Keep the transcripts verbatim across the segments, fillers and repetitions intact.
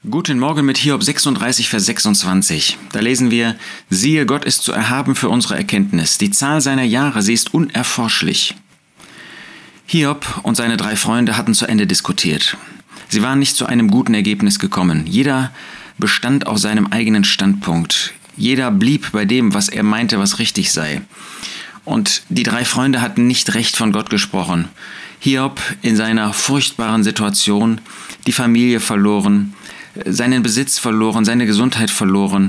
Guten Morgen mit Hiob sechsunddreißig, Vers sechsundzwanzig. Da lesen wir: Siehe, Gott ist zu erhaben für unsere Erkenntnis. Die Zahl seiner Jahre, sie ist unerforschlich. Hiob und seine drei Freunde hatten zu Ende diskutiert. Sie waren nicht zu einem guten Ergebnis gekommen. Jeder bestand auf seinem eigenen Standpunkt. Jeder blieb bei dem, was er meinte, was richtig sei. Und die drei Freunde hatten nicht recht von Gott gesprochen. Hiob in seiner furchtbaren Situation, die Familie verloren, seinen Besitz verloren, seine Gesundheit verloren.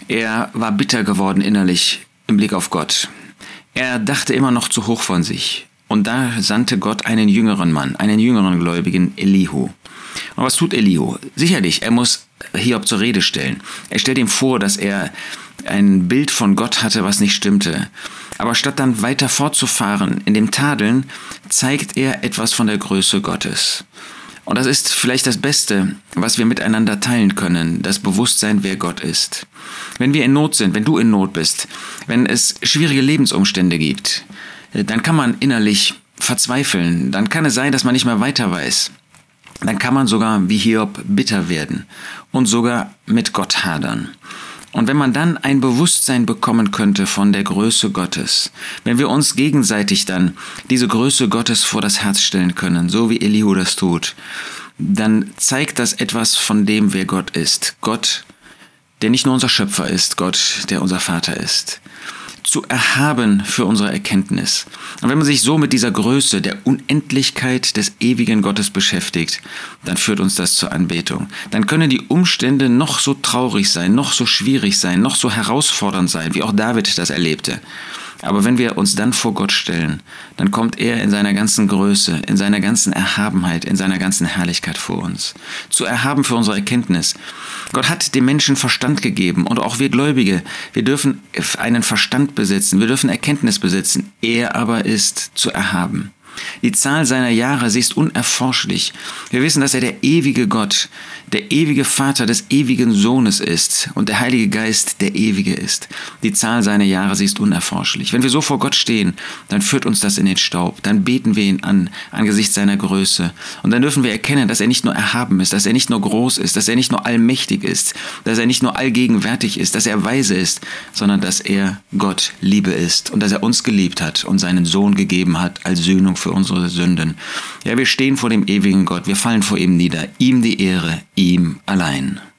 Er war bitter geworden innerlich im Blick auf Gott. Er dachte immer noch zu hoch von sich. Und da sandte Gott einen jüngeren Mann, einen jüngeren Gläubigen, Elihu. Und was tut Elihu? Sicherlich, er muss Hiob zur Rede stellen. Er stellt ihm vor, dass er ein Bild von Gott hatte, was nicht stimmte. Aber statt dann weiter fortzufahren in dem Tadeln, zeigt er etwas von der Größe Gottes. Und das ist vielleicht das Beste, was wir miteinander teilen können, das Bewusstsein, wer Gott ist. Wenn wir in Not sind, wenn du in Not bist, wenn es schwierige Lebensumstände gibt, dann kann man innerlich verzweifeln, dann kann es sein, dass man nicht mehr weiter weiß. Dann kann man sogar wie Hiob bitter werden und sogar mit Gott hadern. Und wenn man dann ein Bewusstsein bekommen könnte von der Größe Gottes, wenn wir uns gegenseitig dann diese Größe Gottes vor das Herz stellen können, so wie Elihu das tut, dann zeigt das etwas von dem, wer Gott ist. Gott, der nicht nur unser Schöpfer ist, Gott, der unser Vater ist. Zu erhaben für unsere Erkenntnis. Und wenn man sich so mit dieser Größe der Unendlichkeit des ewigen Gottes beschäftigt, dann führt uns das zur Anbetung. Dann können die Umstände noch so traurig sein, noch so schwierig sein, noch so herausfordernd sein, wie auch David das erlebte. Aber wenn wir uns dann vor Gott stellen, dann kommt er in seiner ganzen Größe, in seiner ganzen Erhabenheit, in seiner ganzen Herrlichkeit vor uns. Zu erhaben für unsere Erkenntnis. Gott hat dem Menschen Verstand gegeben und auch wir Gläubige, wir dürfen einen Verstand besitzen, wir dürfen Erkenntnis besitzen. Er aber ist zu erhaben. Die Zahl seiner Jahre, sie ist unerforschlich. Wir wissen, dass er der ewige Gott, der ewige Vater des ewigen Sohnes ist und der Heilige Geist der ewige ist. Die Zahl seiner Jahre, sie ist unerforschlich. Wenn wir so vor Gott stehen, dann führt uns das in den Staub. Dann beten wir ihn an, angesichts seiner Größe. Und dann dürfen wir erkennen, dass er nicht nur erhaben ist, dass er nicht nur groß ist, dass er nicht nur allmächtig ist, dass er nicht nur allgegenwärtig ist, dass er weise ist, sondern dass er Gott Liebe ist und dass er uns geliebt hat und seinen Sohn gegeben hat als Sühnung für unsere Sünden. Ja, wir stehen vor dem ewigen Gott, wir fallen vor ihm nieder, ihm die Ehre, ihm allein.